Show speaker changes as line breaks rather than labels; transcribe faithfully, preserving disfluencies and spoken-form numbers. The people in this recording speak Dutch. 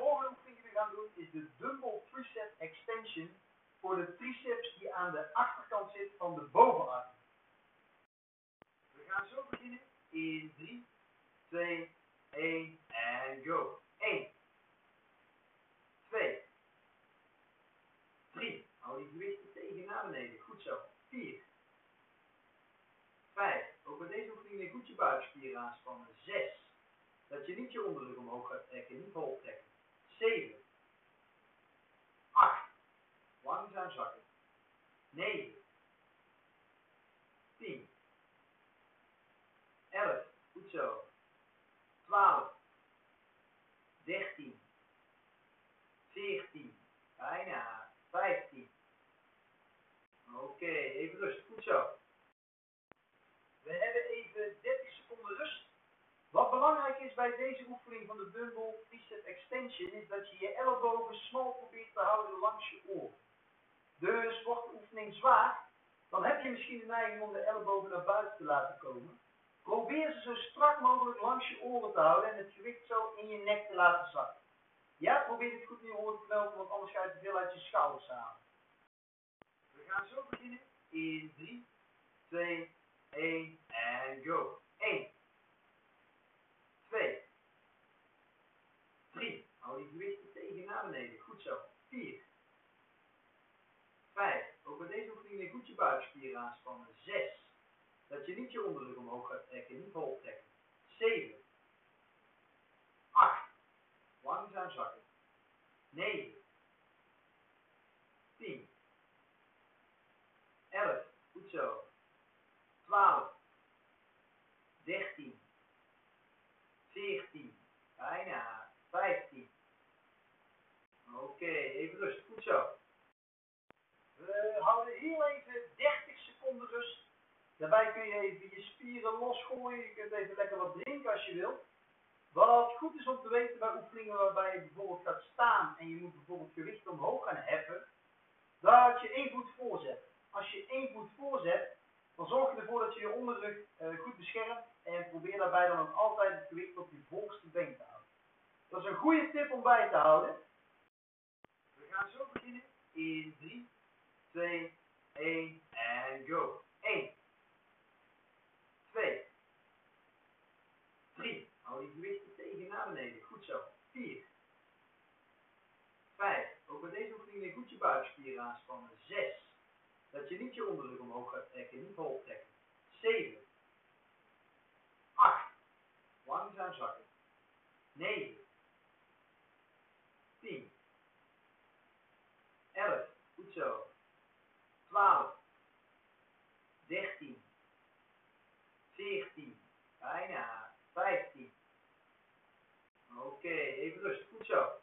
volgende oefening die we gaan doen is de Dumbbell Tricep Extension voor de triceps die aan de achterkant zit van de bovenarm. We gaan zo beginnen in drie, twee, één en go. één, twee, drie. Hou die gewichten tegen naar beneden. Goed zo. vier, vijf. Ook bij deze oefening weer goed je buikspieren aanspannen. zes. Dat je niet je onderrug omhoog gaat trekken, niet hol trekken. zeven, acht. Langzaam zakken. negen, tien, elf. Goed zo. twaalf, dertien, veertien. Bijna. vijftien. Oké, okay, even rust. Goed zo. We hebben even dertig seconden rust. Wat belangrijk is bij deze oefening van de Dumbbell Tricep Extension is dat je je ellebogen smal probeert te houden langs je oren. Dus wordt de oefening zwaar, dan heb je misschien de neiging om de ellebogen naar buiten te laten komen. Probeer ze zo strak mogelijk langs je oren te houden en het gewicht zo in je nek te laten zakken. Ja, probeer het goed in je oren te knopen, want anders ga je te veel uit je schouders halen. We gaan zo beginnen in drie, twee, één en go. één, twee, drie. Hou die gewichten tegen naar beneden. Goed zo. vier, vijf. Ook bij deze oefening weer goed je buikspieren aanspannen. zes. Dat je niet je onderrug omhoog gaat trekken, niet hol trekken. zeven, acht. Langzaam zakken. negen, tien, elf. Goed zo. twaalf, dertien, veertien. Bijna. vijftien. Oké, okay, even rust. Goed zo. We houden hier even dertig seconden rust. Daarbij kun je even je spieren losgooien. Je kunt even lekker wat drinken als je wilt. Wat goed is om te weten bij oefeningen waarbij je bijvoorbeeld gaat staan en je moet bijvoorbeeld gewicht omhoog gaan heffen, dat je één voet voorzet. Als je één voet voorzet, dan zorg je ervoor dat je je onderrug uh, goed beschermt en probeer daarbij dan ook altijd het gewicht op je voorste been te houden. Dat is een goede tip om bij te houden. We gaan zo beginnen in drie, twee, één en go. één, twee, drie. Hou die gewichten tegen naar beneden. Goed zo. vier, vijf. Ook bij deze oefening weer goed je buikspieren aanspannen. zes. Dat je niet je onderrug omhoog gaat trekken, niet hol trekken. zeven, acht. Langzaam zakken. negen, tien, elf. Goed zo. twaalf, dertien, veertien. Bijna. vijftien. Oké, okay, even rustig. Goed zo.